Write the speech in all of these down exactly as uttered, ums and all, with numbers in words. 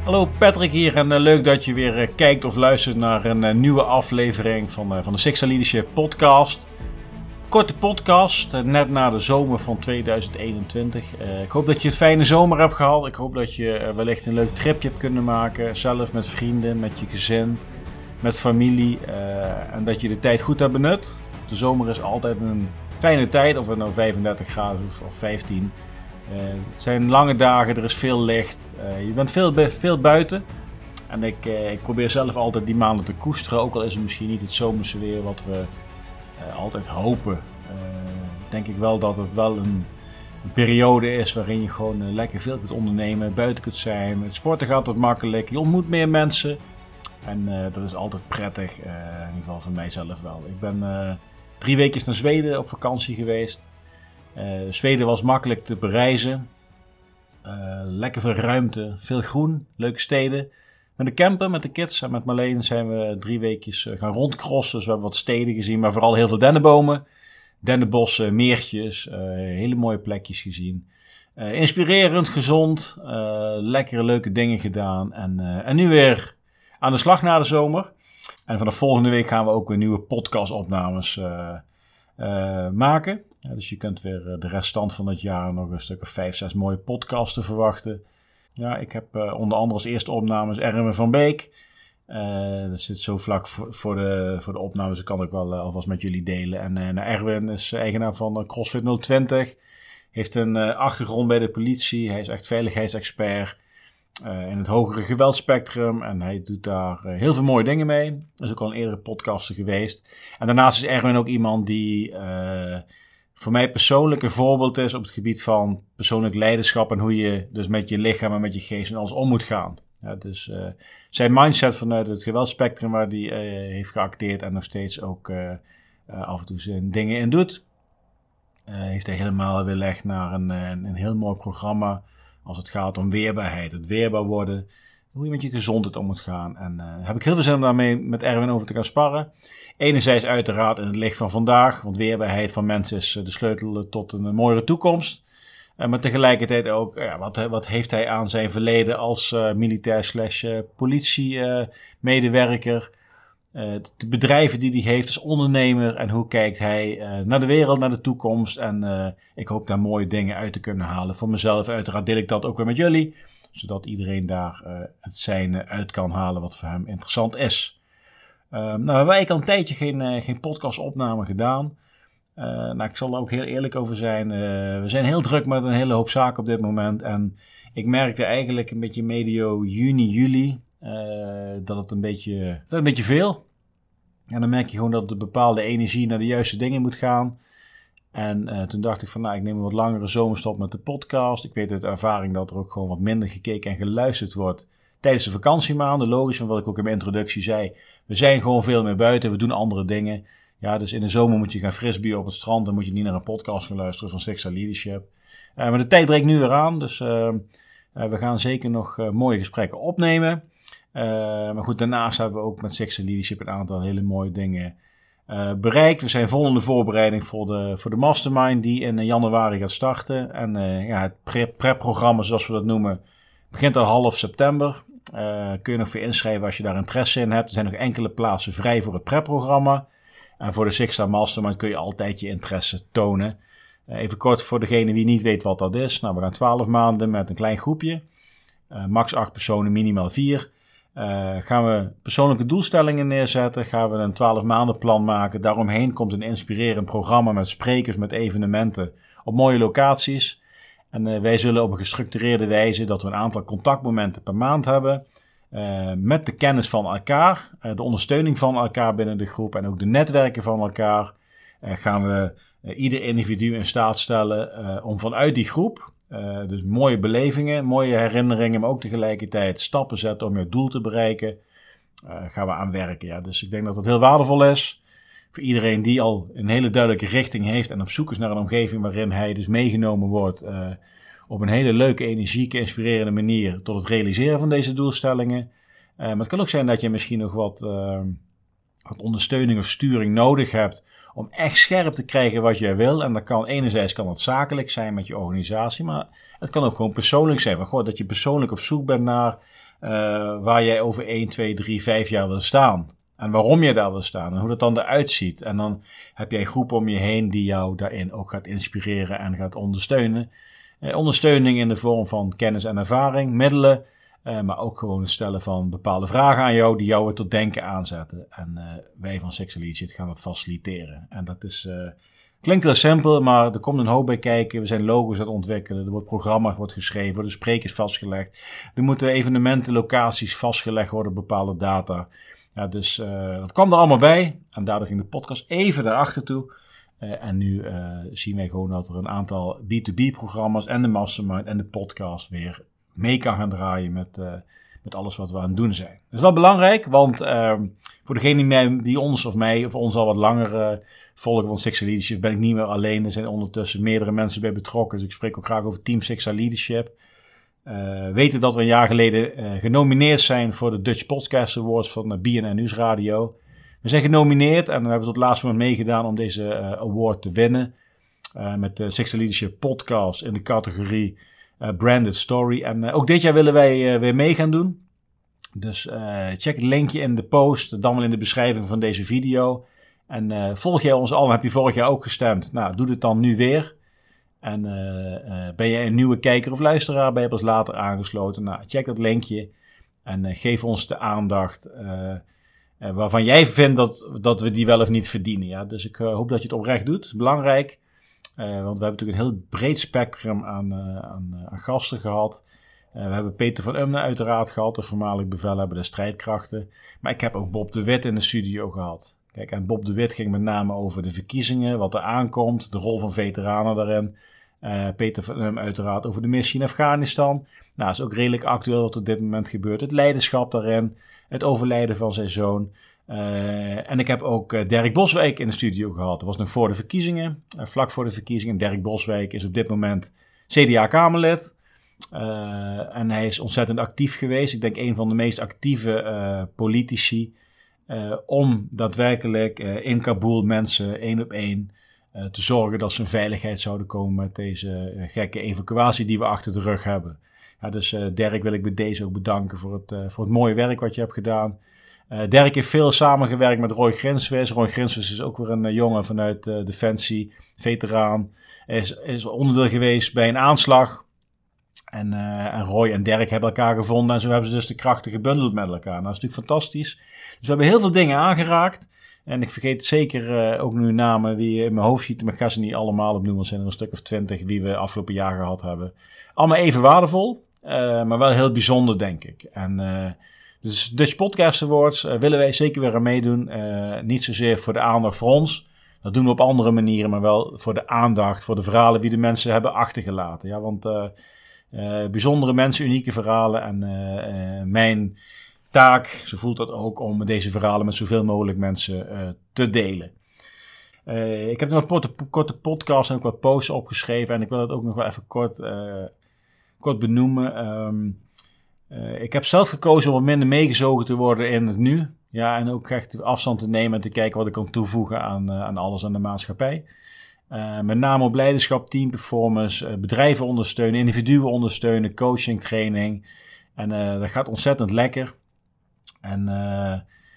Hallo Patrick hier en uh, leuk dat je weer uh, kijkt of luistert naar een uh, nieuwe aflevering van, uh, van de Sixta Leadership podcast. Korte podcast, uh, net na de zomer van tweeduizend eenentwintig. Uh, ik hoop dat je een fijne zomer hebt gehad. Ik hoop dat je uh, wellicht een leuk tripje hebt kunnen maken. Zelf met vrienden, met je gezin, met familie. Uh, en dat je de tijd goed hebt benut. De zomer is altijd een fijne tijd, of het nou vijfendertig graden is of vijftien. Uh, het zijn lange dagen, er is veel licht, uh, je bent veel, veel buiten. En ik, uh, ik probeer zelf altijd die maanden te koesteren, ook al is het misschien niet het zomerse weer wat we uh, altijd hopen. Uh, denk ik wel dat het wel een, een periode is waarin je gewoon uh, lekker veel kunt ondernemen, buiten kunt zijn. Het sporten gaat wat makkelijk, je ontmoet meer mensen. En uh, dat is altijd prettig, uh, in ieder geval voor mijzelf wel. Ik ben uh, drie weken naar Zweden op vakantie geweest. Uh, Zweden was makkelijk te bereizen. Uh, lekker veel ruimte, veel groen, leuke steden. Met de camper, met de kids en met Marleen zijn we drie weekjes uh, gaan rondcrossen. Dus we hebben wat steden gezien, maar vooral heel veel dennenbomen. Dennenbossen, meertjes, uh, hele mooie plekjes gezien. Uh, inspirerend, gezond, uh, lekkere leuke dingen gedaan. En, uh, en nu weer aan de slag na de zomer. En vanaf volgende week gaan we ook weer nieuwe podcastopnames uh, uh, maken. Ja, dus je kunt weer de restant van het jaar nog een stuk of vijf, zes mooie podcasten verwachten. Ja, ik heb uh, onder andere als eerste opnames Erwin van Beek. Uh, dat zit zo vlak voor, voor, de, voor de opnames, dat kan ik wel uh, alvast met jullie delen. En uh, nou, Erwin is eigenaar van uh, CrossFit nul twintig. Heeft een uh, achtergrond bij de politie. Hij is echt veiligheidsexpert uh, in het hogere geweldspectrum. En hij doet daar uh, heel veel mooie dingen mee. Dat is ook al een eerdere podcaster geweest. En daarnaast is Erwin ook iemand die Uh, voor mij persoonlijk een voorbeeld is op het gebied van persoonlijk leiderschap en hoe je dus met je lichaam en met je geest en alles om moet gaan. Ja, dus uh, zijn mindset vanuit het geweldspectrum waar hij uh, heeft geacteerd en nog steeds ook uh, uh, af en toe zijn dingen in doet, uh, heeft hij helemaal weerlegd naar een, een, een heel mooi programma als het gaat om weerbaarheid, het weerbaar worden, hoe je met je gezondheid om moet gaan. En uh, heb ik heel veel zin om daarmee met Erwin over te gaan sparren. Enerzijds uiteraard in het licht van vandaag, want weerbaarheid van mensen is de sleutel tot een mooiere toekomst. Uh, maar tegelijkertijd ook, ja, wat, wat heeft hij aan zijn verleden als uh, militair slash uh, politie uh, medewerker. Uh, de bedrijven die hij heeft als ondernemer en hoe kijkt hij uh, naar de wereld, naar de toekomst. En uh, ik hoop daar mooie dingen uit te kunnen halen. Voor mezelf uiteraard deel ik dat ook weer met jullie, zodat iedereen daar uh, het zijne uit kan halen wat voor hem interessant is. Uh, nou, we hebben eigenlijk al een tijdje geen, uh, geen podcastopname gedaan. Uh, nou, ik zal er ook heel eerlijk over zijn. Uh, we zijn heel druk met een hele hoop zaken op dit moment. En ik merkte eigenlijk een beetje medio juni, juli uh, dat het een beetje, dat een beetje veel. En dan merk je gewoon dat de bepaalde energie naar de juiste dingen moet gaan. En uh, toen dacht ik van, nou, ik neem een wat langere zomerstop met de podcast. Ik weet uit ervaring dat er ook gewoon wat minder gekeken en geluisterd wordt tijdens de vakantiemaanden. Logisch, van wat ik ook in mijn introductie zei. We zijn gewoon veel meer buiten, we doen andere dingen. Ja, dus in de zomer moet je gaan frisbeeën op het strand. Dan moet je niet naar een podcast gaan luisteren van Sixta Leadership. Uh, maar de tijd breekt nu weer aan, dus uh, uh, we gaan zeker nog uh, mooie gesprekken opnemen. Uh, maar goed, daarnaast hebben we ook met Sixta Leadership een aantal hele mooie dingen Uh, bereikt. We zijn vol in de voorbereiding voor de, voor de mastermind die in januari gaat starten. En uh, ja, het prep-programma, zoals we dat noemen, begint al half september. Uh, kun je nog voor inschrijven als je daar interesse in hebt. Er zijn nog enkele plaatsen vrij voor het prep-programma. En voor de Sixta Mastermind kun je altijd je interesse tonen. Uh, even kort voor degene die niet weet wat dat is. Nou, we gaan twaalf maanden met een klein groepje. Uh, max acht personen, minimaal vier. Uh, gaan we persoonlijke doelstellingen neerzetten, gaan we een twaalf maanden plan maken. Daaromheen komt een inspirerend programma met sprekers, met evenementen op mooie locaties. En uh, wij zullen op een gestructureerde wijze dat we een aantal contactmomenten per maand hebben. Uh, met de kennis van elkaar, uh, de ondersteuning van elkaar binnen de groep en ook de netwerken van elkaar. Uh, gaan we uh, ieder individu in staat stellen uh, om vanuit die groep, Uh, dus mooie belevingen, mooie herinneringen, maar ook tegelijkertijd stappen zetten om je doel te bereiken. Uh, gaan we aan werken. Ja. Dus ik denk dat dat heel waardevol is voor iedereen die al een hele duidelijke richting heeft en op zoek is naar een omgeving waarin hij dus meegenomen wordt uh, op een hele leuke, energieke, inspirerende manier tot het realiseren van deze doelstellingen. Uh, maar het kan ook zijn dat je misschien nog wat, uh, wat ondersteuning of sturing nodig hebt om echt scherp te krijgen wat jij wil. En dat kan enerzijds kan het zakelijk zijn met je organisatie, maar het kan ook gewoon persoonlijk zijn. Van, goh, dat je persoonlijk op zoek bent naar uh, waar jij over één, twee, drie, vijf jaar wil staan. En waarom je daar wil staan en hoe dat dan eruit ziet. En dan heb jij een groep om je heen die jou daarin ook gaat inspireren en gaat ondersteunen. Uh, ondersteuning in de vorm van kennis en ervaring, middelen. Uh, maar ook gewoon het stellen van bepaalde vragen aan jou die jou weer tot denken aanzetten. En uh, wij van Sexual Leadership gaan dat faciliteren. En dat is, uh, klinkt heel simpel, maar er komt een hoop bij kijken. We zijn logo's aan het ontwikkelen. Er wordt programma wordt geschreven, worden sprekers vastgelegd. Er moeten evenementen, locaties vastgelegd worden, bepaalde data. Ja, dus uh, dat kwam er allemaal bij. En daardoor ging de podcast even daarachter toe. Uh, en nu uh, zien wij gewoon dat er een aantal B twee B programma's en de mastermind en de podcast weer mee kan gaan draaien met, uh, met alles wat we aan het doen zijn. Dat is wel belangrijk, want uh, voor degene die, die ons of mij of ons al wat langer uh, volgen van Sexual Leadership, ben ik niet meer alleen. Er zijn ondertussen meerdere mensen bij betrokken. Dus ik spreek ook graag over Team Sexual Leadership. Uh, weten dat we een jaar geleden uh, genomineerd zijn voor de Dutch Podcast Awards van uh, B N N Nieuwsradio. We zijn genomineerd en we hebben tot laatst moment meegedaan om deze uh, award te winnen. Uh, met de Sexual Leadership Podcast in de categorie uh, Branded Story. En uh, ook dit jaar willen wij uh, weer mee gaan doen. Dus uh, check het linkje in de post, dan wel in de beschrijving van deze video. En uh, volg jij ons al, heb je vorig jaar ook gestemd? Nou, doe dit dan nu weer. En uh, uh, ben je een nieuwe kijker of luisteraar, ben je pas later aangesloten? Nou, check dat linkje en uh, geef ons de aandacht uh, uh, waarvan jij vindt dat, dat we die wel of niet verdienen. Ja? Dus ik uh, hoop dat je het oprecht doet. Dat is belangrijk, uh, want we hebben natuurlijk een heel breed spectrum aan, uh, aan, uh, aan gasten gehad. Uh, we hebben Peter van Umne uiteraard gehad, de voormalig bevelhebber de strijdkrachten. Maar ik heb ook Bob de Wit in de studio gehad. Kijk, en Bob de Wit ging met name over de verkiezingen, wat er aankomt, de rol van veteranen daarin. Uh, Peter van Umne uiteraard over de missie in Afghanistan. Nou, dat is ook redelijk actueel wat op dit moment gebeurt. Het leiderschap daarin, het overlijden van zijn zoon. Uh, en ik heb ook uh, Dirk Boswijk in de studio gehad. Dat was nog voor de verkiezingen, uh, vlak voor de verkiezingen. Dirk Boswijk is op dit moment C D A-Kamerlid. Uh, en hij is ontzettend actief geweest. Ik denk een van de meest actieve uh, politici. Uh, om daadwerkelijk uh, in Kabul mensen één op één uh, te zorgen dat ze in veiligheid zouden komen met deze uh, gekke evacuatie die we achter de rug hebben. Ja, dus uh, Dirk wil ik bij deze ook bedanken voor het, uh, voor het mooie werk wat je hebt gedaan. Uh, Dirk heeft veel samengewerkt met Roy Grinswis. Roy Grinswis is ook weer een uh, jongen vanuit uh, Defensie, veteraan. Hij is, is onderdeel geweest bij een aanslag. En, uh, en Roy en Dirk hebben elkaar gevonden en zo hebben ze dus de krachten gebundeld met elkaar. Nou, dat is natuurlijk fantastisch. Dus we hebben heel veel dingen aangeraakt. En ik vergeet zeker uh, ook nu namen wie je in mijn hoofd ziet. Maar ik ga ze niet allemaal opnoemen, want er zijn er een stuk of twintig wie we afgelopen jaar gehad hebben. Allemaal even waardevol, uh, maar wel heel bijzonder, denk ik. En uh, dus Dutch Podcast Awards uh, willen wij zeker weer aan meedoen. Uh, niet zozeer voor de aandacht voor ons. Dat doen we op andere manieren, maar wel voor de aandacht, voor de verhalen die de mensen hebben achtergelaten. Ja, want uh, uh, bijzondere mensen, unieke verhalen en uh, uh, mijn taak, zo voelt dat ook, om deze verhalen met zoveel mogelijk mensen uh, te delen. Uh, ik heb nog een korte, korte podcast en ook wat posts opgeschreven en ik wil het ook nog wel even kort, uh, kort benoemen. Um, uh, ik heb zelf gekozen om wat minder meegezogen te worden in het nu. Ja, en ook echt afstand te nemen en te kijken wat ik kan toevoegen aan, uh, aan alles aan de maatschappij. Uh, met name op leiderschap, team performance, uh, bedrijven ondersteunen, individuen ondersteunen, coaching, training. En uh, dat gaat ontzettend lekker. En uh,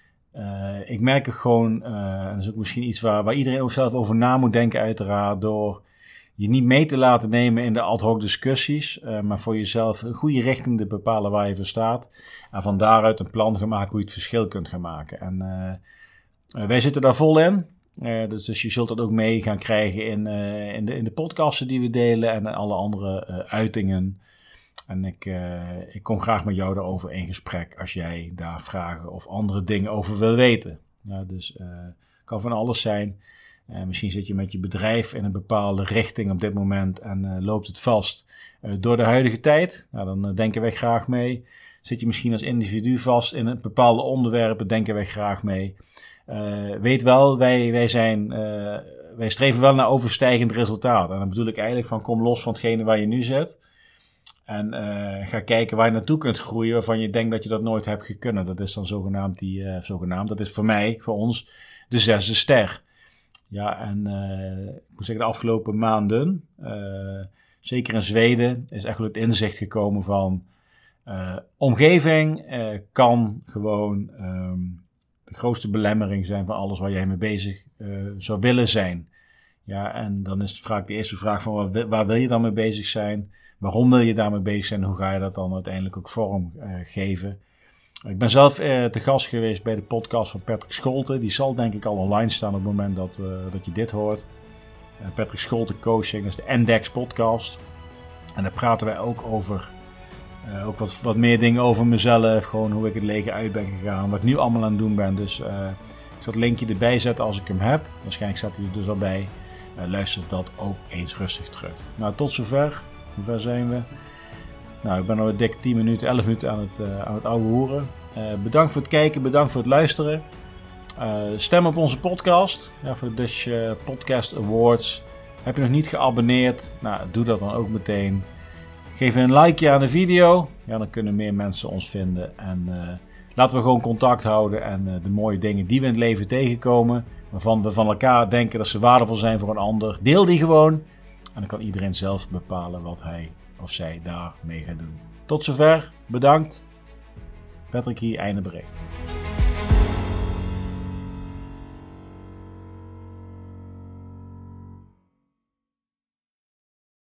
uh, ik merk er gewoon, uh, en dat is ook misschien iets waar, waar iedereen ook zelf over na moet denken uiteraard, door je niet mee te laten nemen in de ad hoc discussies, uh, maar voor jezelf een goede richting te bepalen waar je voor staat. En van daaruit een plan gaan maken hoe je het verschil kunt gaan maken. En uh, uh, wij zitten daar vol in. Uh, dus, dus je zult dat ook mee gaan krijgen in, uh, in, de, in de podcasten die we delen en alle andere uh, uitingen. En ik, uh, ik kom graag met jou daarover in gesprek als jij daar vragen of andere dingen over wil weten. Ja, dus uh, het kan van alles zijn. Uh, misschien zit je met je bedrijf in een bepaalde richting op dit moment en uh, loopt het vast uh, door de huidige tijd. Nou, dan uh, denken wij graag mee. Zit je misschien als individu vast in een bepaalde onderwerpen, denken wij graag mee. Uh, weet wel, wij, wij, zijn, uh, wij streven wel naar overstijgend resultaat. En dan bedoel ik eigenlijk van kom los van hetgene waar je nu zit. En uh, ga kijken waar je naartoe kunt groeien waarvan je denkt dat je dat nooit hebt gekund. Dat is dan zogenaamd, die, uh, zogenaamd, dat is voor mij, voor ons, de zesde ster. Ja, en uh, ik moet zeggen, de afgelopen maanden, uh, zeker in Zweden, is echt wel het inzicht gekomen van Uh, omgeving uh, kan gewoon um, de grootste belemmering zijn van alles waar jij mee bezig uh, zou willen zijn. Ja, en dan is het vaak de eerste vraag van waar, waar wil je dan mee bezig zijn? Waarom wil je daarmee bezig zijn? En hoe ga je dat dan uiteindelijk ook vorm uh, geven? Ik ben zelf uh, te gast geweest bij de podcast van Patrick Scholte. Die zal denk ik al online staan op het moment dat, uh, dat je dit hoort. Uh, Patrick Scholte Coaching, dat is de Index podcast. En daar praten wij ook over, uh, ook wat, wat meer dingen over mezelf. Gewoon hoe ik het leger uit ben gegaan, wat ik nu allemaal aan het doen ben. Dus uh, ik zal het linkje erbij zetten als ik hem heb. Waarschijnlijk staat hij er dus al bij. Uh, luister dat ook eens rustig terug. Nou, tot zover. Hoe ver zijn we? Nou, ik ben al een dikke tien minuten, elf minuten aan het, uh, aan het ouwe hoeren. Uh, bedankt voor het kijken, bedankt voor het luisteren. Uh, stem op onze podcast, ja, voor de Dutch uh, Podcast Awards. Heb je nog niet geabonneerd? Nou, doe dat dan ook meteen. Geef een likeje aan de video, ja, dan kunnen meer mensen ons vinden. En uh, laten we gewoon contact houden en uh, de mooie dingen die we in het leven tegenkomen, waarvan we van elkaar denken dat ze waardevol zijn voor een ander, deel die gewoon. En dan kan iedereen zelf bepalen wat hij of zij daarmee gaat doen. Tot zover, bedankt. Patrick hier, einde bericht.